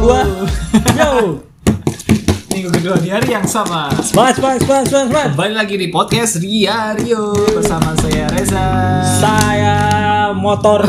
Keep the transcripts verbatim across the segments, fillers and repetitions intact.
kedua. Yo. Minggu kedua di hari yang sama. Semangat, semangat, semangat, semangat, semangat. Kembali lagi di podcast Ria Rio bersama saya Reza. Saya motor.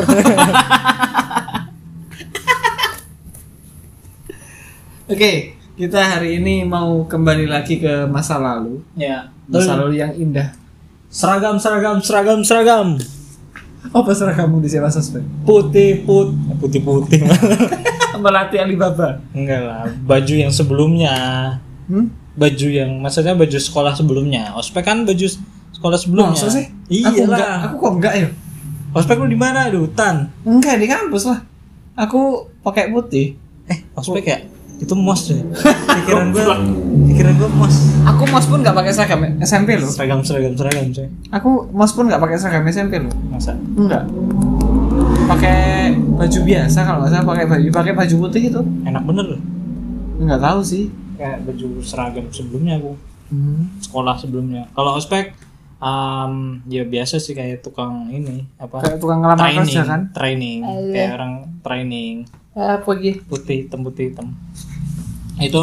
Oke, kita hari ini mau kembali lagi ke masa lalu. Ya. Masa lalu yang indah. Seragam, seragam, seragam, seragam. Apa seragammu di Sewa Suspek? Putih, put, putih, putih. Melatih Alibaba. Enggak lah, baju yang sebelumnya. Hmm? Baju yang maksudnya baju sekolah sebelumnya. Ospek kan baju sekolah sebelumnya. Masa sih? Iya Aku enggak, lah. aku kok enggak ya? Ospek lu di mana? Di hutan. Enggak, di kampus lah. Aku pakai putih. Eh, ospek ya? Itu mos deh. Pikiran gua, pikiran gua mos. Aku mos pun enggak pakai seragam S M P loh. Seragam, seragam, seragam, coy. Aku mos pun enggak pakai seragam S M P loh. Masa? Enggak. Pakai baju biasa kalau nggak salah, pakai baju pakai baju putih itu. Enak bener loh. Enggak tahu sih. Kayak baju seragam sebelumnya aku. Hmm. Sekolah sebelumnya. Kalau ospek um, ya biasa sih kayak tukang ini apa? Kayak tukang ngelamar training, kerja kan? Training, Ayo. kayak orang training. Apa lagi? Putih hitam putih hitam. Itu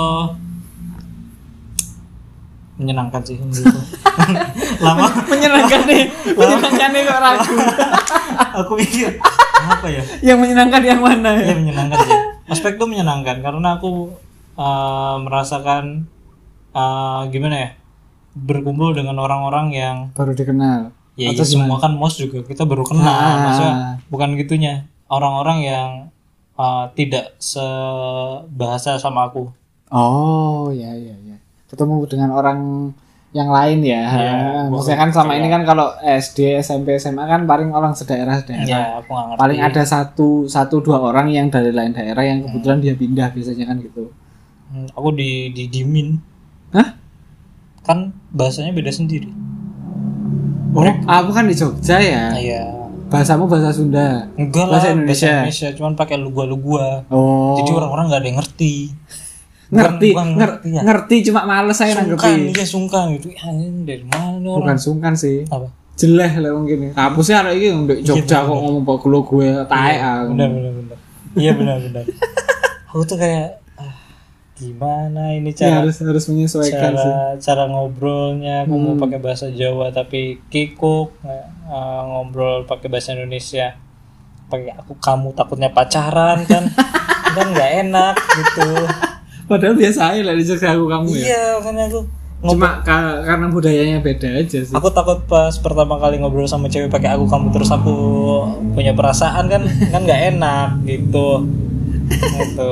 menyenangkan sih gitu. Lama Menyenangkan nih. Menyenangkan nih kok ragu. aku mikir apa ya? Yang menyenangkan yang mana Ya ya? menyenangkan sih. Aspek tuh menyenangkan karena aku uh, merasakan uh, gimana ya? Berkumpul dengan orang-orang yang Baru dikenal. ya, Atau ya semua gimana? kan mos juga kita baru kenal. Ah. Maksudnya bukan gitunya. Orang-orang yang uh, tidak sebahasa sama aku. Oh, ya ya ya. Ketemu dengan orang yang lain ya. Iya, Maksudnya kan selama iya. ini kan kalau S D, S M P, S M A kan paling orang sedaerah-sedaerah. Ya, aku nggak ngerti. Paling ada satu satu dua orang yang dari lain daerah yang kebetulan dia pindah biasanya kan gitu. Hmm, aku di di dimin. Hah? Kan bahasanya beda sendiri. Oh, aku kan di Jogja ya. Iya. Bahasamu bahasa Sunda. Enggak lah, Bahasa Indonesia. bahasa Indonesia, cuman pakai lu-gua-lu-gua. Oh. Jadi orang-orang nggak ada yang ngerti. ngerti, bukan nger- ngerti ya. ngerti cuma males saya Sungkan, nanggepi. iya sungkan gitu. Ya, ini dari mana nih Bukan orang? sungkan sih. Apa? Jeleh lah mungkin. Kampusnya ada iki ndek Jogja Iya, kok bener. ngomong pak lo gue tae ah. Benar, benar, benar. Iya benar, benar. Aku tuh kayak ah, gimana ini Ya, cara harus harus menyesuaikan cara sih. cara ngobrolnya. Aku mau Hmm. pakai bahasa Jawa tapi kikuk, uh, ngobrol pakai bahasa Indonesia. Pakai aku kamu takutnya pacaran kan. Kan nggak enak gitu. Padahal biasa aja lah di Jogja aku kamu ya. Iya, makanya aku ngobrol. Cuma ka- karena budayanya beda aja sih. Aku takut pas pertama kali ngobrol sama cewek pakai aku kamu terus aku punya perasaan kan kan nggak enak gitu. Gitu.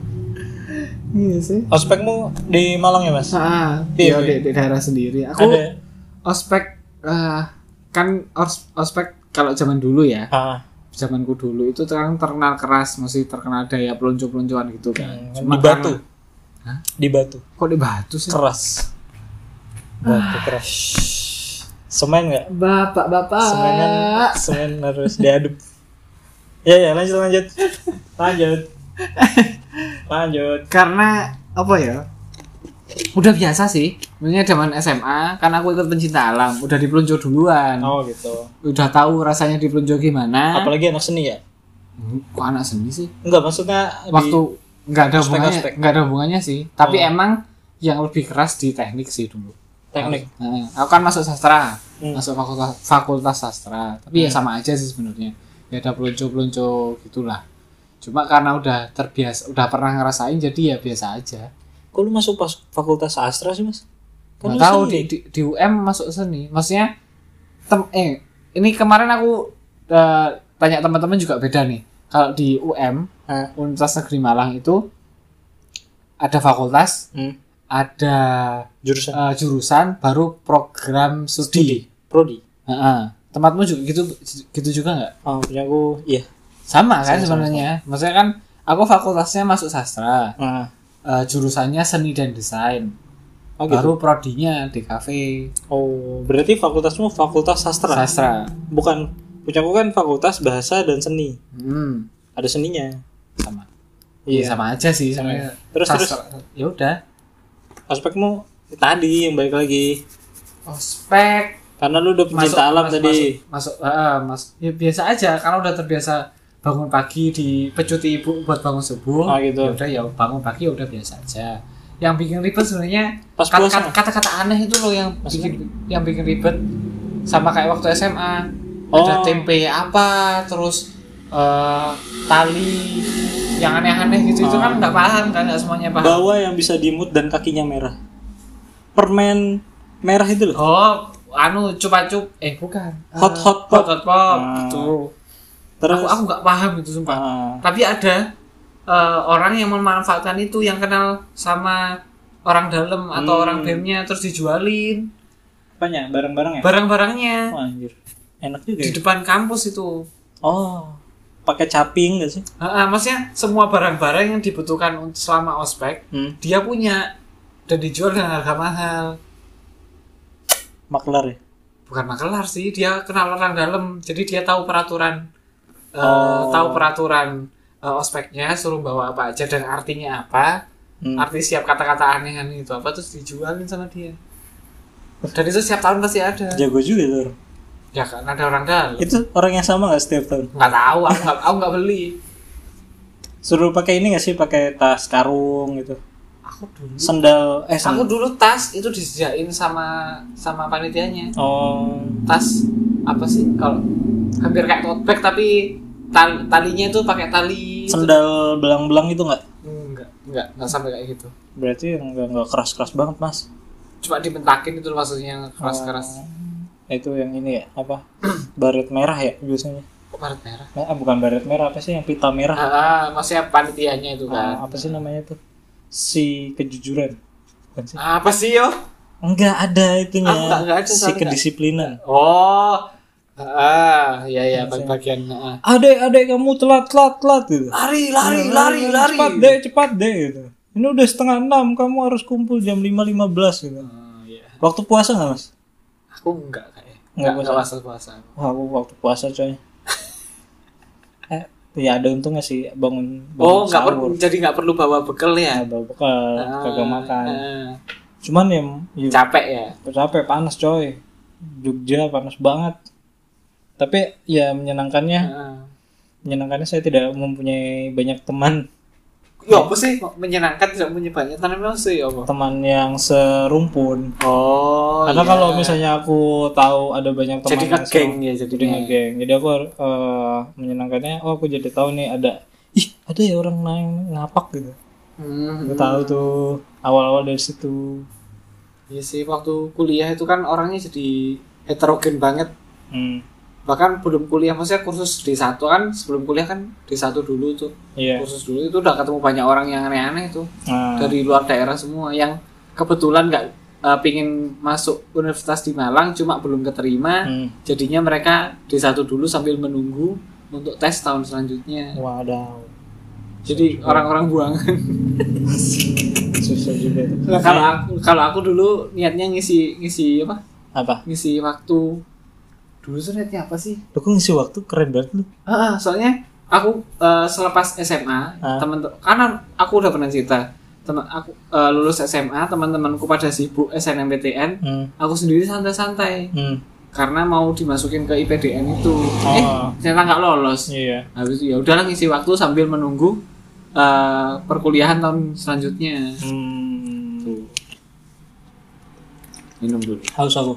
Iya sih. Ospekmu di Malang ya, Mas? Ah, Iya, iya iya. di, di daerah sendiri. Aku Ada. ospek eh, kan os- ospek kalau zaman dulu ya. Ah, Zamanku dulu itu terang terkenal keras, masih terkenal daya pelonco-peloncoan gitu kan. hmm, Cuma di Batu. karena- Hah? Di Batu. Kok di Batu sih? Keras. Batu keras. Semen nggak? Bapak-bapak. Semen kan semen harus diaduk. Ya ya lanjut lanjut. Lanjut. Lanjut. Karena apa ya? Udah biasa sih. Maksudnya zaman S M A kan aku ikut pencinta alam, udah dipelonco duluan. Oh gitu. Udah tahu rasanya dipelonco gimana. Apalagi anak seni ya? Hmm, Kok anak seni sih? Enggak maksudnya di- Waktu nggak ada ospek, hubungannya, ospek. nggak ada hubungannya sih. Tapi Oh. emang yang lebih keras di teknik sih dulu. teknik. Nah, aku kan masuk sastra, Hmm. masuk fakultas fakultas sastra. Tapi ya Hmm. sama aja sih sebenarnya. Ya ada pelonco-pelonco gitulah. Cuma karena udah terbiasa, udah pernah ngerasain jadi ya biasa aja. Kok lu masuk pas fakultas sastra sih, Mas? Kan Nggak lu tahu seni. di, di di U M masuk seni. Maksudnya tem eh ini kemarin aku eh, tanya teman-teman juga beda nih. Kalau di U M Hah? Universitas Negeri Malang itu ada fakultas, Hmm. ada Jurusan eh, jurusan, baru program studi. prodi. Heeh. Tempatmu juga gitu gitu juga nggak? Oh, punya aku iya. Sama kan Sama, sebenarnya. Maksudnya kan aku fakultasnya masuk sastra, Nah, eh, jurusannya seni dan desain. oh gitu. Baru prodinya D K V Oh, berarti fakultasmu fakultas sastra. sastra. Bukan punya aku kan fakultas bahasa dan seni. Hmm, Ada seninya. sama. Iya. Iya, sama aja sih sebenarnya. Terus, Sastra. Ya udah. Aspekmu tadi yang balik lagi. Ospek Karena lu udah pencinta alam masuk, tadi. Masuk, masuk, ah, mas, ya biasa aja. Kalau udah terbiasa bangun pagi dipecuti ibu buat bangun subuh. Ah, gitu. Ya udah ya bangun pagi ya udah biasa aja. Yang bikin ribet sebenarnya Pas kat- puasa. kat- kata-kata aneh itu loh yang Maksudnya? bikin yang bikin ribet. Sama kayak waktu S M A. Oh. Ada tempe apa, terus eh, tali yang aneh-aneh gitu. Itu Ah. kan nggak paham kan, nggak semuanya paham. Bawa yang bisa dimut dan kakinya merah. Permen merah itu loh. Oh, anu cupa-cup. Eh, bukan. Hot Eh, hot pop. hot hot pop. Ah. Gitu. Terus Aku aku nggak paham itu sumpah. ah, Tapi ada eh, orang yang memanfaatkan itu, yang kenal sama orang dalam atau Hmm. orang B E M-nya, terus dijualin apanya? Barang-barang ya? barang-barangnya Wah, anjir. Enak juga di ya. depan kampus itu. Oh, pakai caping gak sih? Ah, ah, maksudnya semua barang-barang yang dibutuhkan untuk selama ospek Hmm. dia punya dan dijual dengan harga mahal. Maklar ya? Bukan makelar sih, dia kenal orang dalam, jadi dia tahu peraturan, eh, Oh. tahu peraturan eh, ospeknya, suruh bawa apa aja dan artinya apa, Hmm. arti siap kata-kata aneh-aneh itu apa, terus dijualin sama dia. Dan itu setiap tahun pasti ada. Jago juga tuh orang. Ya kan ada orang dalam. Itu orang yang sama gak setiap tahun? Nggak tahu, aku nggak, aku nggak beli. Suruh pakai ini gak sih? Pakai tas karung gitu. Aku dulu, Sendal eh aku sendal. dulu tas itu disediain sama sama panitianya. Oh, Tas apa sih kalau hampir kayak tote bag tapi tal- talinya itu pakai tali. sendal belang-belang itu nggak? Enggak, enggak, enggak sampai kayak gitu. Berarti nggak nggak keras-keras banget mas? Cuma dibentakin itu maksudnya yang keras-keras. Oh, itu yang ini ya apa? Baret merah ya biasanya? Kok baret merah? Nah, ah, bukan baret merah, apa sih yang pita merah? Ah, ah, maksudnya panitianya itu kan. Ah, apa sih namanya tuh? Si kejujuran. Bukan sih? Apa sih yo? Enggak ada itunya. Ah, enggak- enggak ada, si soalnya kedisiplinan. Oh, ah, iya iya Maksudnya- bagian. Ah. Adek, adek kamu telat, telat, telat gitu. Lari, lari, lari, lari. Cepat deh, cepat deh gitu. Ini udah setengah enam, kamu harus kumpul jam lima lima belas gitu. Oh, iya. Waktu puasa nggak mas? Aku enggak kayak. Enggak Enggak puasa. puasa puasa. Wah, aku waktu puasa coy. eh, ya ada untungnya sih bangun. bangun Oh, enggak sahur. perlu, jadi enggak perlu bawa bekal ya. Nggak bawa bekal, Ah, kagak makan. ah. Cuman ya, ya Capek ya. capek, panas coy. Jogja panas banget. Tapi ya menyenangkannya, Ah. menyenangkannya saya tidak mempunyai banyak teman, Ya apa sih kok menyenangkan tidak punya banyak tanam sih ya apa? teman yang serumpun. Oh. Karena iya. kalau misalnya aku tahu ada banyak teman jadi yang ngegeng seru- ya jadi jadinya. ngegeng. Jadi aku eh, menyenangkannya, oh aku jadi tahu nih ada, ih ada ya orang main ngapak gitu. Hmm. Aku tahu tuh awal-awal dari situ. Iya sih, waktu kuliah itu kan orangnya jadi heterogen banget. Hmm, Bahkan belum kuliah, maksudnya kursus D satu kan, sebelum kuliah kan D satu dulu tuh. iya. Kursus dulu itu udah ketemu banyak orang yang aneh-aneh tuh. Nah, Dari luar daerah semua yang kebetulan nggak uh, pingin masuk universitas di Malang cuma belum keterima. hmm. Jadinya mereka D satu dulu sambil menunggu untuk tes tahun selanjutnya. Wadaw. Jadi orang-orang buangan. Susah juga tuh. Nah, kalau aku kalau aku dulu niatnya ngisi ngisi apa? Apa? Ngisi waktu. Dulu tuh niatnya apa sih? Lu kok ngisi waktu keren banget lu. Ah, ah, soalnya aku eh, selepas S M A, Ah. teman karena aku udah pernah cerita, teman aku eh, lulus S M A, teman-temanku pada sibuk S N M P T N, Hmm. aku sendiri santai-santai Hmm. karena mau dimasukin ke I P D N itu. Eh, Oh. ternyata nggak lolos. Iya. Habis itu ya udahlah ngisi waktu sambil menunggu eh, perkuliahan tahun selanjutnya. Hmm. Tuh. Minum dulu. Haus aku.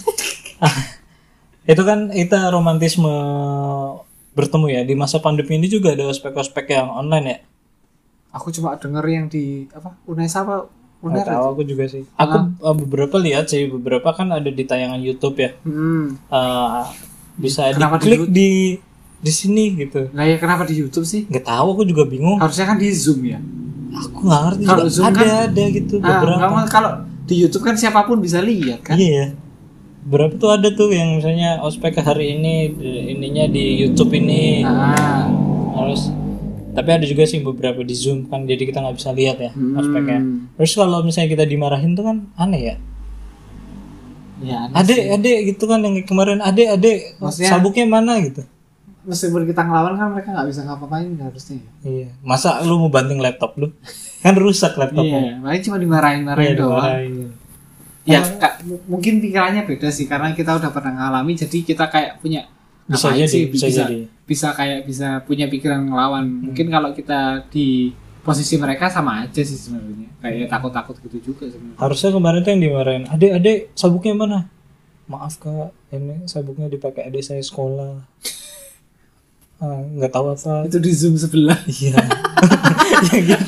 Itu kan kita romantisme bertemu ya di masa pandemi ini, juga ada ospek-ospek yang online ya. Aku cuma denger yang di apa? Unesa apa? Nggak Uner. tahu aku juga sih. Aku uh, beberapa lihat sih, beberapa kan ada di tayangan YouTube ya. Hmm. Uh, bisa Kenapa di diklik YouTube? di di sini gitu. Nah, ya kenapa di YouTube sih? Nggak tahu, aku juga bingung. Harusnya kan di Zoom ya. Aku nggak ngerti Kalau juga. Zoom Ada kan- ada gitu Ah, beberapa. nggak mau- kalau di YouTube kan siapapun bisa lihat kan? Iya. Berapa tuh ada tuh yang misalnya ospek hari ini di- ininya di YouTube ini. Ah. Terus tapi ada juga sih beberapa di Zoom kan, jadi kita nggak bisa lihat ya Hmm. ospeknya. Terus kalau misalnya kita dimarahin tuh kan aneh ya. Ya, aneh Adek, sih. adek gitu kan yang kemarin adek, adek Maksudnya- sabuknya mana gitu. Meskipun kita ngelawan kan mereka nggak bisa ngapa-ngapain harusnya. Iya. Masa lu mau banting laptop lu? Kan rusak laptopnya. Iya, makanya cuma dimarahin-marahin Iya, doang. dimarahin. Ya, Kak, m- mungkin pikirannya beda sih karena kita udah pernah ngalami, jadi kita kayak punya Bisa ngapain jadi, sih bisa bisa, jadi. bisa kayak bisa punya pikiran ngelawan. Mungkin kalau kita di posisi mereka sama aja sih sebenarnya. Kayak takut-takut gitu juga sebenarnya. Harusnya kemarin tuh yang dimarahin, adek adek sabuknya mana? Maaf kak, ini sabuknya dipakai adik saya sekolah. Ah, nggak tahu apa. Itu di Zoom sebelah. Iya. Ya gitu.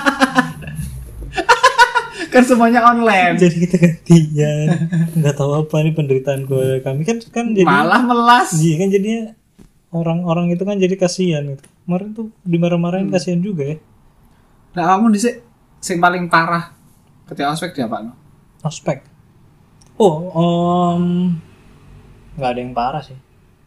Kan semuanya online. Jadi kita gantian. Nggak tahu apa nih penderitaan keluarga kami kan kan jadi. Malah melas. Iya kan jadinya orang-orang itu kan jadi kasihan gitu. Kemarin tuh dimarah-marahin Hmm. kasihan juga ya. Nah, kamu dhisik sing paling parah ketika ospek dia apa no? Ospek. Oh, um, nggak ada yang parah sih.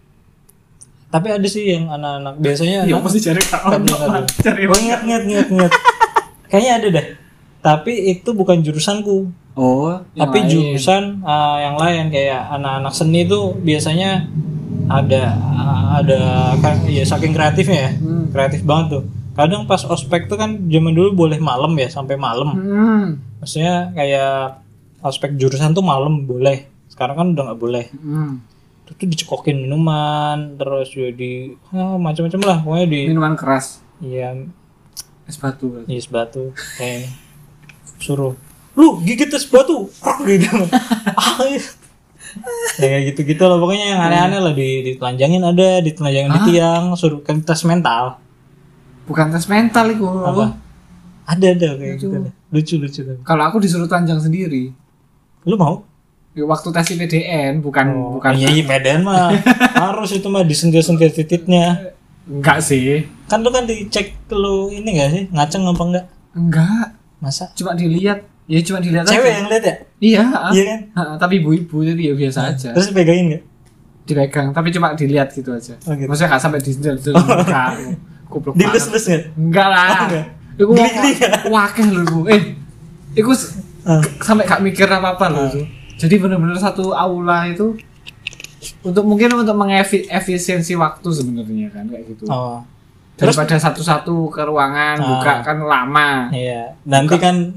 Tapi ada sih yang anak-anak biasanya. Iya, anak- pasti cari kak. Nggak ada, nggak ada. Cari. Oh, ingat, ingat, ingat, ingat. Kayaknya ada deh. Tapi itu bukan jurusanku. Oh, Tapi yang lain. jurusan uh, yang lain kayak anak-anak seni itu biasanya ada ada kan ya saking kreatifnya ya. Hmm. Kreatif banget tuh. Kadang pas ospek tuh kan zaman dulu boleh malam ya sampai malam. Hmm. Maksudnya kayak ospek jurusan tuh malam boleh. Sekarang kan udah nggak boleh. Hmm. Itu tuh dicekokin minuman terus jadi ah, macam-macam lah pokoknya di Minuman keras, iya es batu. es batu kayak suruh lu gigit es batu gitu. Ah, ya kayak gitu-gitu lah pokoknya yang aneh-aneh lah di ditelanjangin ada ditelanjangin di Hah? tiang suruh kan tes mental Bukan tes mental itu. apa ada ada kayak Lucu. gitu deh. lucu lucu kan Kalau aku disuruh telanjang sendiri. lu mau Ya, waktu tes I P D N bukan oh, bukan iya iya Medan mah harus itu mah disentil-sentil titiknya enggak sih. kan lu kan dicek lu ini gak sih ngaceng apa enggak Enggak. masa Cuma dilihat. Ya cuma dilihat cewek aja. yang lihat ya Iya. iya kan Ha, tapi ibu-ibu jadi ya biasa aja. terus pegangin nggak Dipegang, tapi cuma dilihat gitu aja. Oh, gitu. Maksudnya nggak sampai disentil enggak. Goblok banget. dilus-lus nggak Enggak lah. Oh, enggak. Iku Geli-geli nggak? wakeh lho iku. Eh, iku s- Ah. sampai gak mikir apa-apa loh itu. Jadi benar-benar satu aula itu untuk mungkin untuk mengefisiensi waktu sebenarnya kan kayak gitu. oh Daripada satu-satu ke ruangan Ah. buka kan lama. iya nanti kan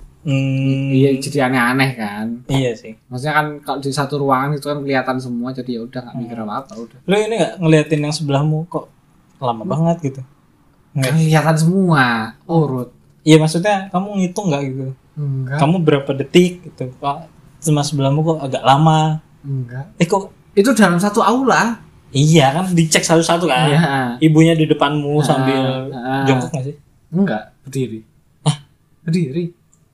hmm, Iya jadi aneh-aneh kan. iya sih Maksudnya kan kalau di satu ruangan itu kan kelihatan semua jadi ya udah nggak mikir apa-apa udah. lu ini nggak ngeliatin yang sebelahmu kok lama banget gitu nggak Kan kelihatan semua urut. iya maksudnya kamu ngitung nggak gitu Enggak. kamu berapa detik gitu kok sama sebelahmu kok agak lama Enggak. eh kok Itu dalam satu aula. iya kan dicek satu-satu kan Iya. ibunya di depanmu Ah, sambil ah. jongkok nggak sih Enggak, berdiri. Berdiri.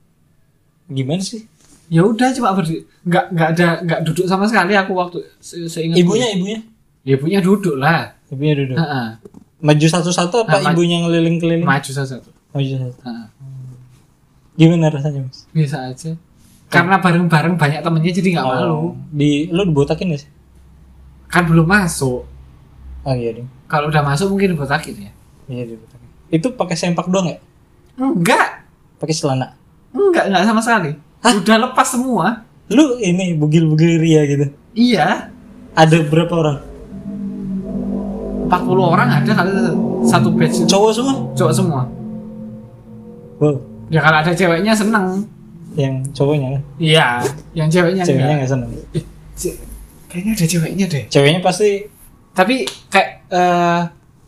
gimana sih Ya udah coba berdiri. Enggak enggak ada enggak duduk sama sekali aku waktu se- seingat ibunya ibunya Ya, ibunya duduk lah. ibunya duduk Heeh. maju satu-satu apa Nah, ma- ibunya ngeliling-keliling Maju saja tuh. maju satu Heeh. gimana rasanya mas Biasa aja. Karena bareng-bareng banyak temennya jadi nggak malu. Oh, di lu dibotakin gak sih Kan belum masuk. oh iya ding Kalau udah masuk mungkin dibotakin ya. iya dibotakin itu pakai sempak doang ya Enggak. pakai celana Enggak, enggak sama sekali. Hah? Udah lepas semua. lu ini bugil-bugil ria gitu Iya. ada berapa orang empat puluh orang ada kali satu batch itu. cowok semua Cowok semua. wow Ya kalau ada ceweknya seneng. yang cowoknya kan Iya, yang ceweknya ceweknya enggak. nggak seneng Eh, ce- kayaknya ada ceweknya deh. ceweknya pasti Tapi kayak eh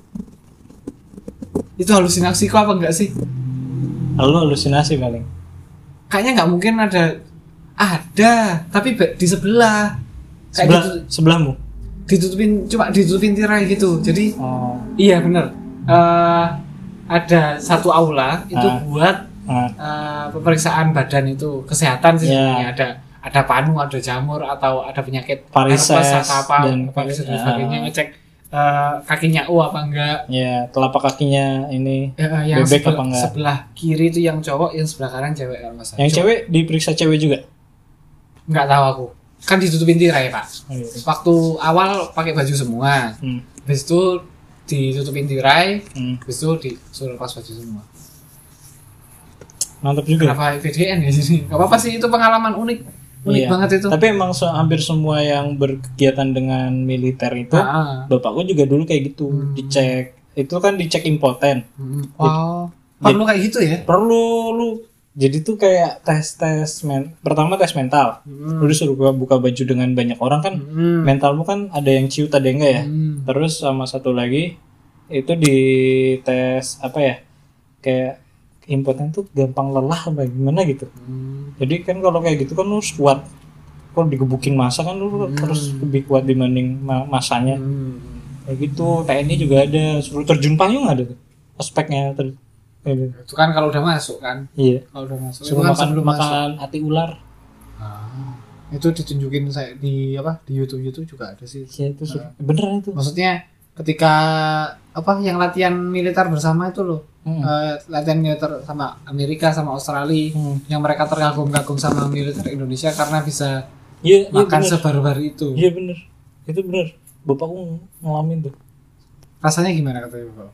itu halusinasi kok apa enggak sih? lu halusinasi paling Kayaknya nggak mungkin ada. Ada, tapi be- di sebelah. Kayak sebelah gitu, sebelahmu ditutupin cuma ditutupin tirai gitu. Jadi oh iya bener. Eh ada satu aula itu Ah. buat ah. eh, pemeriksaan badan itu kesehatan sih Ya. sebenarnya. Ada ada panu, ada jamur atau ada penyakit Varises herpes atau apa dan- varises dan ya. sebagainya, ngecek eh, kakinya U apa enggak. ya telapak kakinya ini Ya, yang Bebek sebelah, apa enggak? sebelah kiri itu yang cowok, yang sebelah kanan cewek kalau nggak salah. yang Cowok. cewek diperiksa cewek juga Nggak tahu aku. Kan ditutupin tirai pak. oh, gitu. Waktu awal pakai baju semua, hmm. habis itu ditutupin tirai, Hmm. habis itu disuruh lepas baju semua. mantap juga Kenapa I P D N ya sini? Gak apa-apa sih, itu pengalaman unik, unik Iya. banget itu. Tapi emang se- hampir semua yang berkegiatan dengan militer itu, Ah, bapakku juga dulu kayak gitu, Hmm. dicek. Itu kan dicek impoten. hmm. Wow, perlu kayak gitu ya? Perlu lu Jadi tuh kayak tes-tes men pertama tes mental. Hmm. Lu disuruh buka, buka baju dengan banyak orang kan. Hmm. Mentalmu kan ada yang ciut ada yang enggak ya. Hmm. Terus sama satu lagi itu di tes apa ya? Kayak impoten tuh gampang lelah apa gimana gitu. Hmm. Jadi kan kalau kayak gitu kan lu harus kuat. Kalau digebukin massa kan lu Hmm. harus lebih kuat dibanding ma- massanya. Hmm. Kayak gitu. T N I juga ada suruh terjun payung ada tuh. Aspeknya ter kayak gitu. Itu kan kalau udah masuk kan. Iya. Kalau udah masuk. Suruh Itu kan makan sebelum makan hati ular. Ah. Itu ditunjukin saya di apa di YouTube YouTube juga ada sih. Iya itu suruh. Beneran itu. Maksudnya ketika apa yang latihan militer bersama itu loh. Hmm. Eh, latihan militer sama Amerika sama Australia Hmm. yang mereka terkagum-kagum sama militer Indonesia karena bisa Iya, iya makan bener. sebar-bar itu. Iya bener. Itu bener. Bapakku ngalamin tuh. Rasanya gimana katanya Bapak?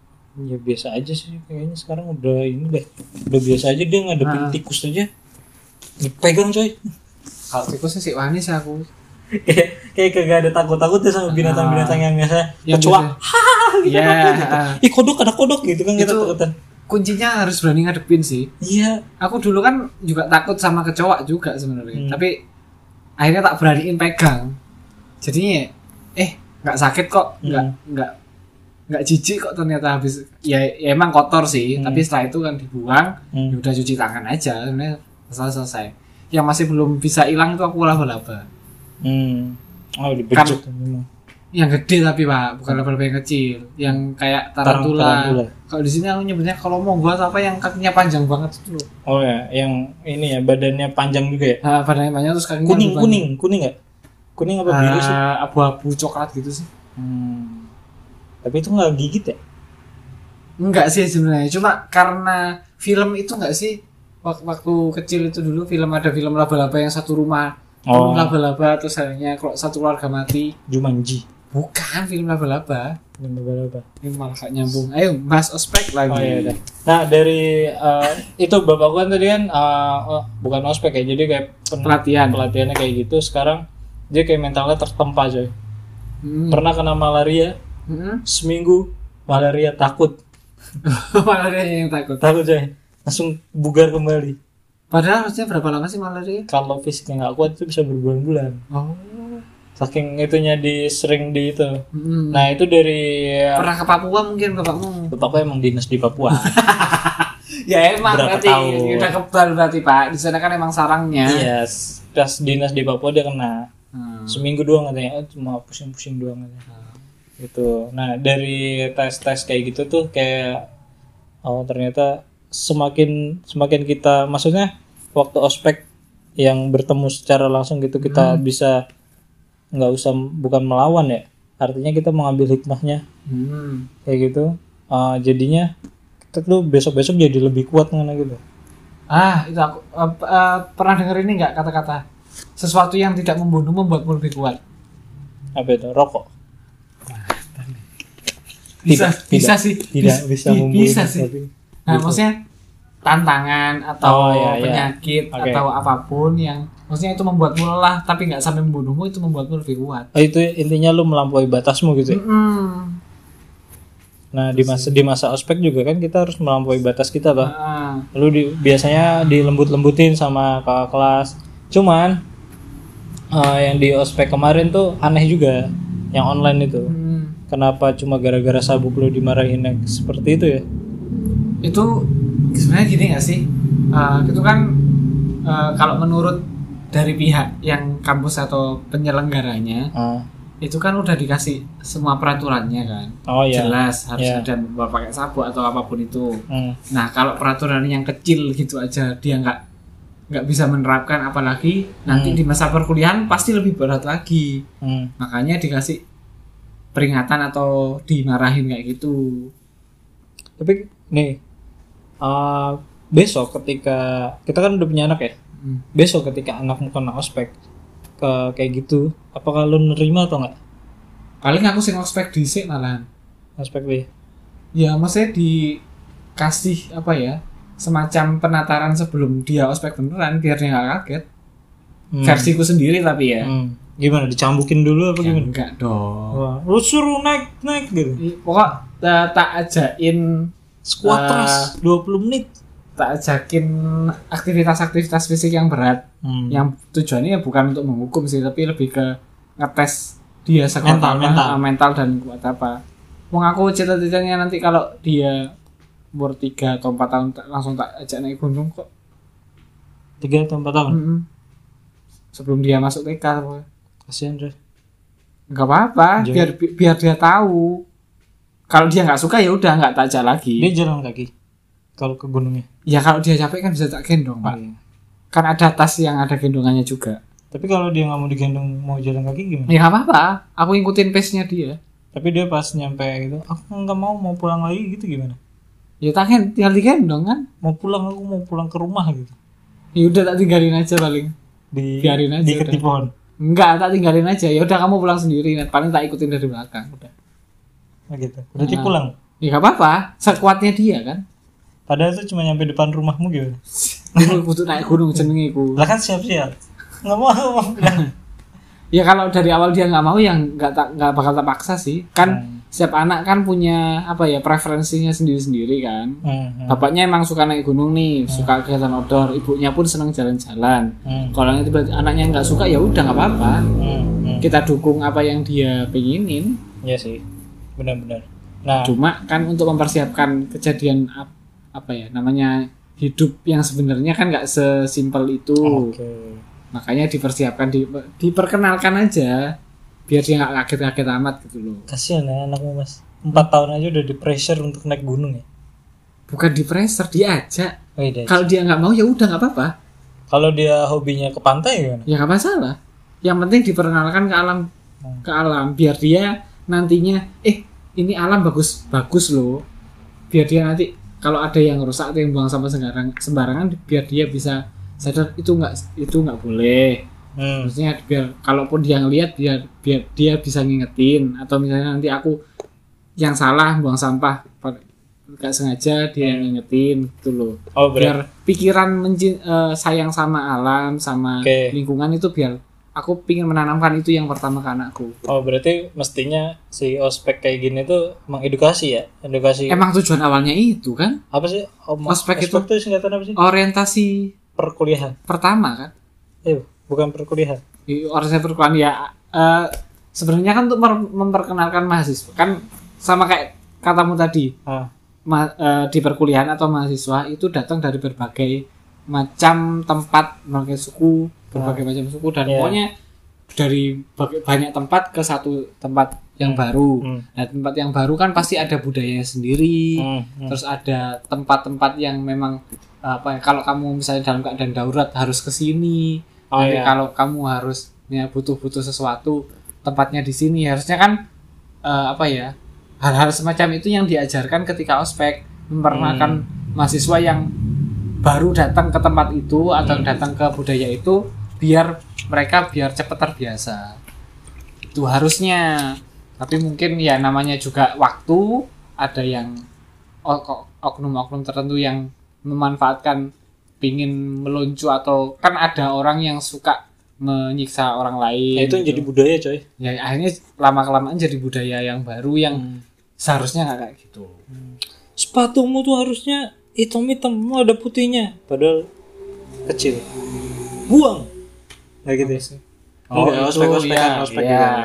Ya biasa aja sih kayaknya sekarang udah ini deh. Udah biasa aja dia ngadepin Nah. tikus aja. Dipegang coy. Kalau tikusnya sih wani sih aku. Kayak kayak kagak ada takut-takutnya sama binatang-binatang yang biasa Yang kecoa. biasa. Hahaha gitu Iya, takut gitu. ah. Ih kodok ada kodok gitu kan kita Itu- takutan. Kuncinya harus berani ngadepin sih. Iya. Aku dulu kan juga takut sama kecoa juga sebenarnya. Hmm. Tapi akhirnya tak beraniin pegang. Jadinya eh nggak sakit kok, nggak Hmm. nggak nggak jijik kok ternyata habis. Ya, ya emang kotor sih, Hmm. tapi setelah itu kan dibuang, Hmm. ya udah cuci tangan aja. Sebenarnya masalah selesai. Yang masih belum bisa hilang itu aku laba-laba. Hmm. Oh dibejek memang. Yang gede tapi Pak, bukan laba-laba yang kecil, yang kayak tarantula. Tarantula. Kalau di sini aku nyebutnya kalau mau gua atau apa yang kakinya panjang banget itu loh. Oh ya, yang ini ya badannya panjang juga ya. Nah, badannya panjang terus kakinya Kuning lebih kuning kuning nggak? Kuning apa panjang. biru sih? Ah, abu-abu coklat gitu sih. Hmm. Tapi itu nggak gigit ya? Enggak sih sebenarnya, cuma karena film itu enggak sih Wak- waktu kecil itu dulu film ada film laba-laba yang satu rumah Oh. film laba-laba terus akhirnya kalau satu keluarga mati. Jumanji. Bukan film laba-laba. Laba-laba. Ini malah gak nyambung. Ayo bahas ospek lagi. Oh iya udah. Nah dari eh, itu bapakku kan tadi kan eh, oh, bukan ospek ya, jadi kayak pen- Pelatihan. pelatihannya kayak gitu. Sekarang dia kayak mentalnya tertempa coy. Hmm. Pernah kena malaria Hmm. seminggu, malaria takut, Malaria yang takut. takut coy, langsung bugar kembali. Padahal maksudnya berapa lama sih malaria? Kalau fisiknya nggak kuat itu bisa berbulan-bulan. Oh. Saking itunya di sering di itu. Hmm. Nah itu dari Pernah ke Papua mungkin bapakmu? bapakku emang dinas di Papua. Ya emang Berapa berarti tahun? udah kebal berarti Pak. Di sana kan emang sarangnya. Iya, pas dinas di Papua dia kena. Hmm. Seminggu doang katanya, oh, cuma pusing-pusing doang katanya. Gitu. Nah dari tes-tes kayak gitu tuh kayak oh ternyata semakin semakin kita maksudnya waktu ospek yang bertemu secara langsung gitu kita Hmm. bisa nggak usah bukan melawan ya, artinya kita mengambil hikmahnya Hmm. kayak gitu. Uh, jadinya kita tuh besok-besok jadi lebih kuat mana gitu. Ah, itu aku uh, uh, pernah denger ini nggak kata-kata sesuatu yang tidak membunuh membuatmu lebih kuat. Apa itu? Rokok? Bisa, Tidak, bisa tidak, sih. tidak bisa Bi- membunuh, Bisa sih. tapi Nah, gitu. maksudnya tantangan atau Oh, iya, iya. penyakit Oke. atau apapun yang maksudnya itu membuatmu lelah tapi nggak sampai membunuhmu itu membuatmu lebih kuat. Oh, itu intinya lu melampaui batasmu gitu ya. Hmm. Nah di masa di masa ospek juga kan kita harus melampaui batas kita bah. Ah. Lu di, biasanya dilembut-lembutin sama kakak kelas. Cuman eh, yang di ospek kemarin tuh aneh juga, yang online itu. Hmm. Kenapa cuma gara-gara sabuk lu dimarahin yang seperti itu ya? Itu sebenarnya gini nggak sih? Uh, itu kan uh, kalau menurut dari pihak yang kampus atau penyelenggaranya Ah. itu kan udah dikasih semua peraturannya kan. Oh iya. Jelas harus Iya. ada bawa pakai sabuk atau apapun itu. Hmm. Nah kalau peraturan yang kecil gitu aja dia nggak nggak bisa menerapkan, apalagi nanti Hmm. di masa perkuliahan pasti lebih berat lagi. Hmm. Makanya dikasih peringatan atau dimarahin kayak gitu. Tapi nih eh, besok ketika kita kan udah punya anak ya. Hmm. Besok ketika anakmu kena ospek ke kayak gitu, apakah lu nerima atau enggak? Paling aku sing ospek dhisik malahan. Ospek deh. Ya maksudnya dikasih apa ya, semacam penataran sebelum dia ospek beneran biar dia nggak kaget. Hmm. Versiku sendiri tapi ya. Hmm. Gimana dicambukin dulu apa Ya, gimana? enggak dong. Wah, lu suruh naik naik gitu. I- Pokok uh, tak ajain Squat Ah. terus dua puluh menit. tak ajakin aktivitas-aktivitas fisik yang berat, Hmm. yang tujuannya ya bukan untuk menghukum sih, tapi lebih ke ngetes dia sekuat Mental, apa, mental. ah, mental dan kuat apa. Mau aku cita-citanya nanti kalau dia umur tiga atau empat tahun tak- langsung tak ajak naik gunung kok. Tiga atau empat tahun. Mm-mm. Sebelum dia masuk T K, pokoknya. Kasihan deh. Nggak apa-apa, Jangan. biar bi- biar dia tahu. Kalau dia nggak suka ya udah nggak tak ajak lagi. Dia jalan kaki kalau ke gunungnya. Ya kalau dia capek kan bisa tak gendong, Pak. Oh, iya. Kan ada tas yang ada gendongannya juga. Tapi kalau dia nggak mau digendong mau jalan kaki gimana? Ya nggak apa-apa, aku ngikutin pace-nya dia. Tapi dia pas nyampe gitu, aku nggak mau mau pulang lagi gitu gimana? Ya tak gen- tinggal digendong kan. Mau pulang aku mau pulang ke rumah gitu. Ya udah tak tinggalin aja paling. Di Biarin aja diikat di udah. pohon. Enggak, tak tinggalin aja. Ya udah kamu pulang sendiri, paling tak ikutin dari belakang udah. Nah, gitu. Berarti Nah. pulang. Ya nggak apa-apa, sekuatnya dia kan. Padahal itu cuma nyampe depan rumahmu gitu. Aku butuh naik gunung jenenge ku. Lah kan siap-siap. Nggak mau mau bilang. Ya kalau dari awal dia nggak mau ya nggak tak nggak bakal tak paksa sih. Kan Hmm. setiap anak kan punya apa ya preferensinya sendiri-sendiri kan. Hmm, hmm, Bapaknya emang suka naik gunung nih, suka kegiatan outdoor. Ibunya pun senang jalan-jalan. hmm, Kalau yang tiba anaknya nggak suka ya udah nggak apa-apa. hmm, hmm. Kita dukung apa yang dia pengenin. Iya sih. Benar-benar. Nah, Cuma kan untuk mempersiapkan kejadian ap- apa ya namanya hidup yang sebenarnya kan nggak sesimpel itu. oke. Makanya dipersiapkan, di, diperkenalkan aja biar dia nggak kaget-kaget amat gitu loh. Kasihan ya anakmu Mas. Empat tahun aja udah di pressure untuk naik gunung ya. Bukan di pressure, diajak. Oh, iya. Kalau dia nggak mau ya udah nggak apa-apa. Kalau dia hobinya ke pantai gimana? Ya nggak masalah. Yang penting diperkenalkan ke alam, Hmm. ke alam biar dia nantinya eh ini alam bagus bagus loh. Biar dia nanti kalau ada yang rusak atau yang buang sampah sembarangan, sembarangan biar dia bisa sadar itu nggak itu nggak boleh. Hmm. Maksudnya biar kalaupun dia ngelihat biar biar dia bisa ngingetin, atau misalnya nanti aku yang salah buang sampah nggak sengaja dia yang ngingetin gitu loh. Oh, berarti Biar pikiran menci- eh, sayang sama alam sama Oke. lingkungan itu biar aku pingin menanamkan itu yang pertama ke anakku. Oh, berarti mestinya si ospek kayak gini tuh mengedukasi ya? Edukasi Emang tujuan awalnya itu kan apa sih? Oh, ma- Ospek itu- tuh singkatan apa sih? orientasi Perkuliahan. pertama kan. Eh, bukan perkuliahan. Di orientasi perkuliahan ya eh, sebenarnya kan untuk mer- memperkenalkan mahasiswa kan sama kayak katamu tadi. Ah, Ma- eh, di perkuliahan atau mahasiswa itu datang dari berbagai macam tempat, berbagai suku, berbagai macam suku dan Iya. pokoknya dari baga- banyak tempat ke satu tempat yang baru. Hmm. Nah, tempat yang baru kan pasti ada budayanya sendiri. Hmm, hmm. Terus ada tempat-tempat yang memang apa ya, kalau kamu misalnya dalam keadaan darurat harus ke sini. Oh, Nanti iya. kalau kamu harus ya, butuh-butuh sesuatu tempatnya di sini. Harusnya kan eh, apa ya? Hal-hal semacam itu yang diajarkan ketika ospek, memperkenalkan Hmm. mahasiswa yang baru datang ke tempat itu atau Hmm. datang ke budaya itu biar mereka biar cepat terbiasa. Itu harusnya. Tapi mungkin ya namanya juga waktu, ada yang ok- oknum-oknum tertentu yang memanfaatkan pingin meluncu, atau kan ada orang yang suka menyiksa orang lain. Ya, itu yang gitu. jadi budaya coy. Ya akhirnya lama-kelamaan jadi budaya yang baru yang Hmm. seharusnya nggak kayak gitu. Sepatumu tuh harusnya hitam-hitam, mau ada putihnya. Padahal kecil. Buang. Kayak gitu ya. Oh, Enggak, itu ospek-ospek ya, kan, ospek ya. juga.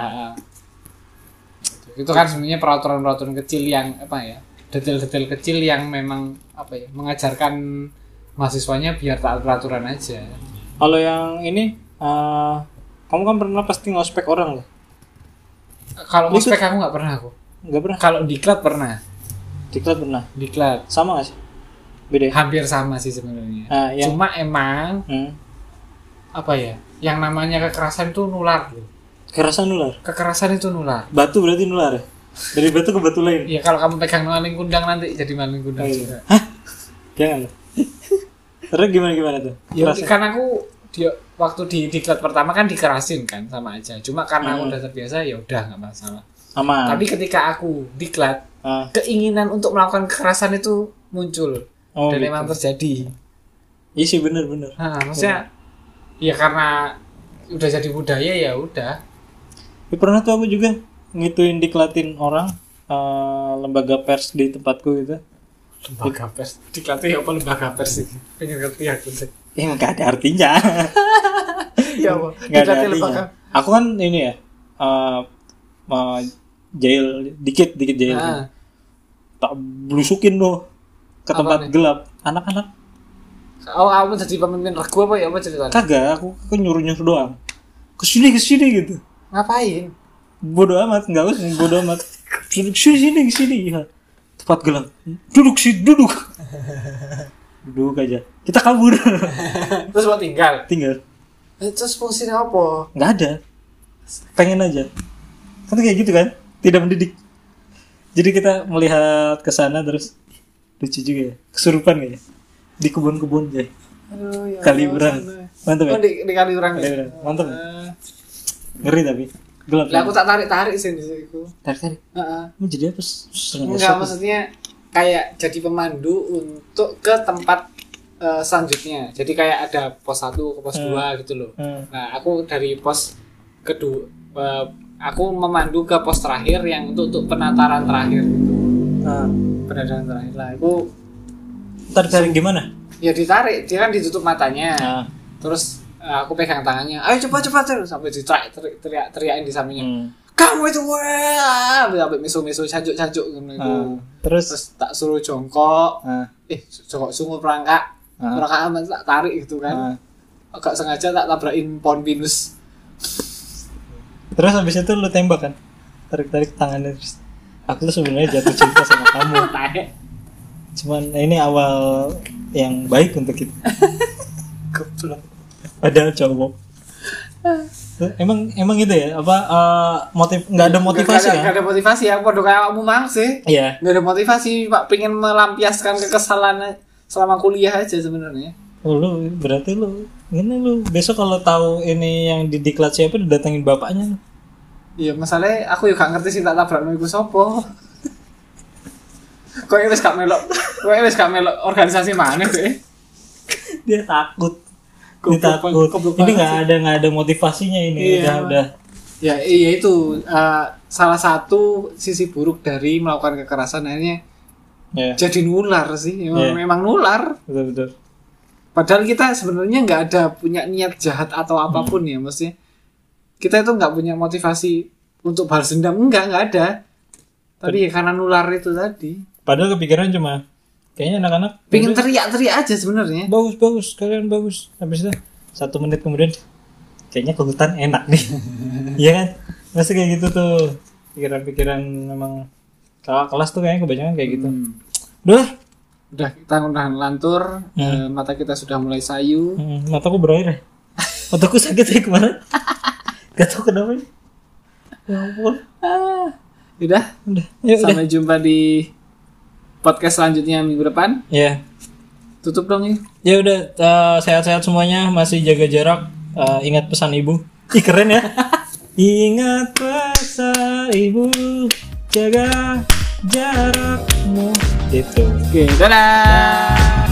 Itu kan sebenarnya peraturan-peraturan kecil yang apa ya, detail-detail kecil yang memang apa ya, mengajarkan mahasiswanya biar taat peraturan aja. Kalau yang ini eh, kamu kan pernah pasti ngospek orang loh. Kalau Itu- ngospek aku nggak pernah aku. Enggak pernah. Kalau diklat pernah. Diklat pernah. Diklat Sama gak sih? Beda. ya? hampir sama sih sebenarnya. Nah, yang Cuma emang hmm, apa ya, yang namanya kekerasan itu nular loh. kekerasan nular. Kekerasan itu nular. Batu berarti nular ya? Dari batu ke batu lain. Ya kalau kamu pegang maling kundang nanti jadi maling kundang Oh, iya. juga. Jangan. Terus gimana gimana tuh? Ya Kerasa? kan aku dia waktu di diklat pertama kan dikerasin kan sama aja. Cuma karena aku Hmm. udah terbiasa ya udah nggak masalah. Aman. Tapi ketika aku diklat, Ah, keinginan untuk melakukan kekerasan itu muncul oh, dan gitu. memang terjadi. Iya sih bener-bener. Nah, maksudnya ya karena udah jadi budaya ya udah. Ya, pernah tuh aku juga ngituin diklatin orang eh, lembaga pers di tempatku gitu. Lembaga pers. Diklatih apa lembaga pers sih? Pengen ngerti aku sih. Ya nggak ada artinya. Iya, apa? Nggak ada Diklatih artinya. lembaga. Aku kan ini ya, uh, uh, jail dikit dikit jail. Nah, Tak blusukin tuh ke Apa tempat nih? gelap. Anak-anak oh, kamu jadi pemimpin regu apa ya? Apa ceritanya? kagak, aku aku nyuruh-nyuruh doang. Kesini kesini gitu. Ngapain? Bodoh amat, nggak usah bodoh amat. Duduk sini sini sini. Ya. Tempat gelap. Duduk sih duduk. Duduk aja. Kita kabur. Terus mau tinggal. Tinggal. Eh, terus fungsinya apa? Nggak ada. Pengen aja. Kan kayak gitu kan? Tidak mendidik. Jadi kita melihat ke sana terus lucu juga ya. Kesurupan kayaknya. Di kebun-kebun ya. Aduh, ya Kaliberan. Allah. Mantap ya? Oh, di, di Kaliurang. Kaliberan. Mantap ya? Eh, Ngeri tapi. Gelap. Lah aku tak tarik-tarik sih di situ. tarik-tarik. Heeh. Mau jadi apa? Serem Enggak, esok. maksudnya kayak jadi pemandu untuk ke tempat eh, selanjutnya. Jadi kayak ada pos satu ke pos Hmm. dua gitu loh. Hmm. Nah, aku dari pos kedua eh, aku memandu ke pos terakhir yang untuk untuk penataran terakhir gitu. Nah, Penataran terakhir lah. Aku tarik-tarik gimana? ya ditarik, dia kan ditutup matanya. Nah. Terus eh, aku pegang tangannya. Ayo cepat cepat terus sampai diterak teriak teriak teriakin di sampingnya. Hmm. Kamu itu wah, sampai misu-misu cajuk-cajuk gitu. Nah, terus Terus tak suruh jongkok. nah, Eh, jongkok sungguh perangkak. Ah. Perangkak amat tak tarik gitu kan. nah. Agak sengaja tak tabrakin pohon pinus. Terus habis itu lu tembak kan? Tarik-tarik tangannya terus. Aku tuh sebenarnya jatuh cinta sama kamu. Tahe. Cuman ini awal yang baik untuk kita. Goblok. Padahal cowok. Emang emang gitu ya? Apa eh, motiv nggak ada motivasi Gak ada, kan? gak ada motivasi ya. Podo kayak kamu mang sih. Iya. Gak ada motivasi, Pak. Pengen melampiaskan kekesalan selama kuliah aja sebenarnya. Oh, lu berarti lu ini lu besok kalau tahu ini yang di diklat siapa didatengin bapaknya. Iya, masalahnya aku juga gak ngerti sih tak tabrak iku sopo. Kok wis gak melok, kok wis gak melok organisasi mana deh? Dia takut. Goblok Dia takut. banget, goblok Ini banget nggak sih. ada nggak ada motivasinya ini. Iya, udah Bang. udah. Ya iya itu eh, salah satu sisi buruk dari melakukan kekerasan akhirnya Ya, jadi nular sih. Memang, Iya. memang nular. betul betul. Padahal kita sebenarnya nggak ada punya niat jahat atau apapun ya, maksudnya kita itu nggak punya motivasi untuk balas dendam, enggak nggak ada. Tapi ya karena nular itu tadi, Padahal kepikiran cuma kayaknya anak-anak pengen udah, teriak-teriak aja sebenarnya. bagus bagus kalian bagus. Habis itu satu menit kemudian kayaknya ke hutan enak nih. Iya kan? Masih kayak gitu tuh pikiran-pikiran memang kakak kelas tuh kayaknya kebanyakan kayak gitu. Hmm. Udah, Udah kita udah lantur, Hmm. eh, mata kita sudah mulai sayu. hmm, mataku berair ya. Mataku sakit ya kemarin. Gak tau kenapa. Ya ampun. Ah, udah, Udah, ya udah. sampai jumpa di podcast selanjutnya minggu depan. Ya. Tutup dong ya. Ya udah, eh, sehat-sehat semuanya, masih jaga jarak. Eh, ingat pesan ibu. Ih keren ya. Ingat pesan ibu, jaga jarakmu. Itu. Oke, dadah.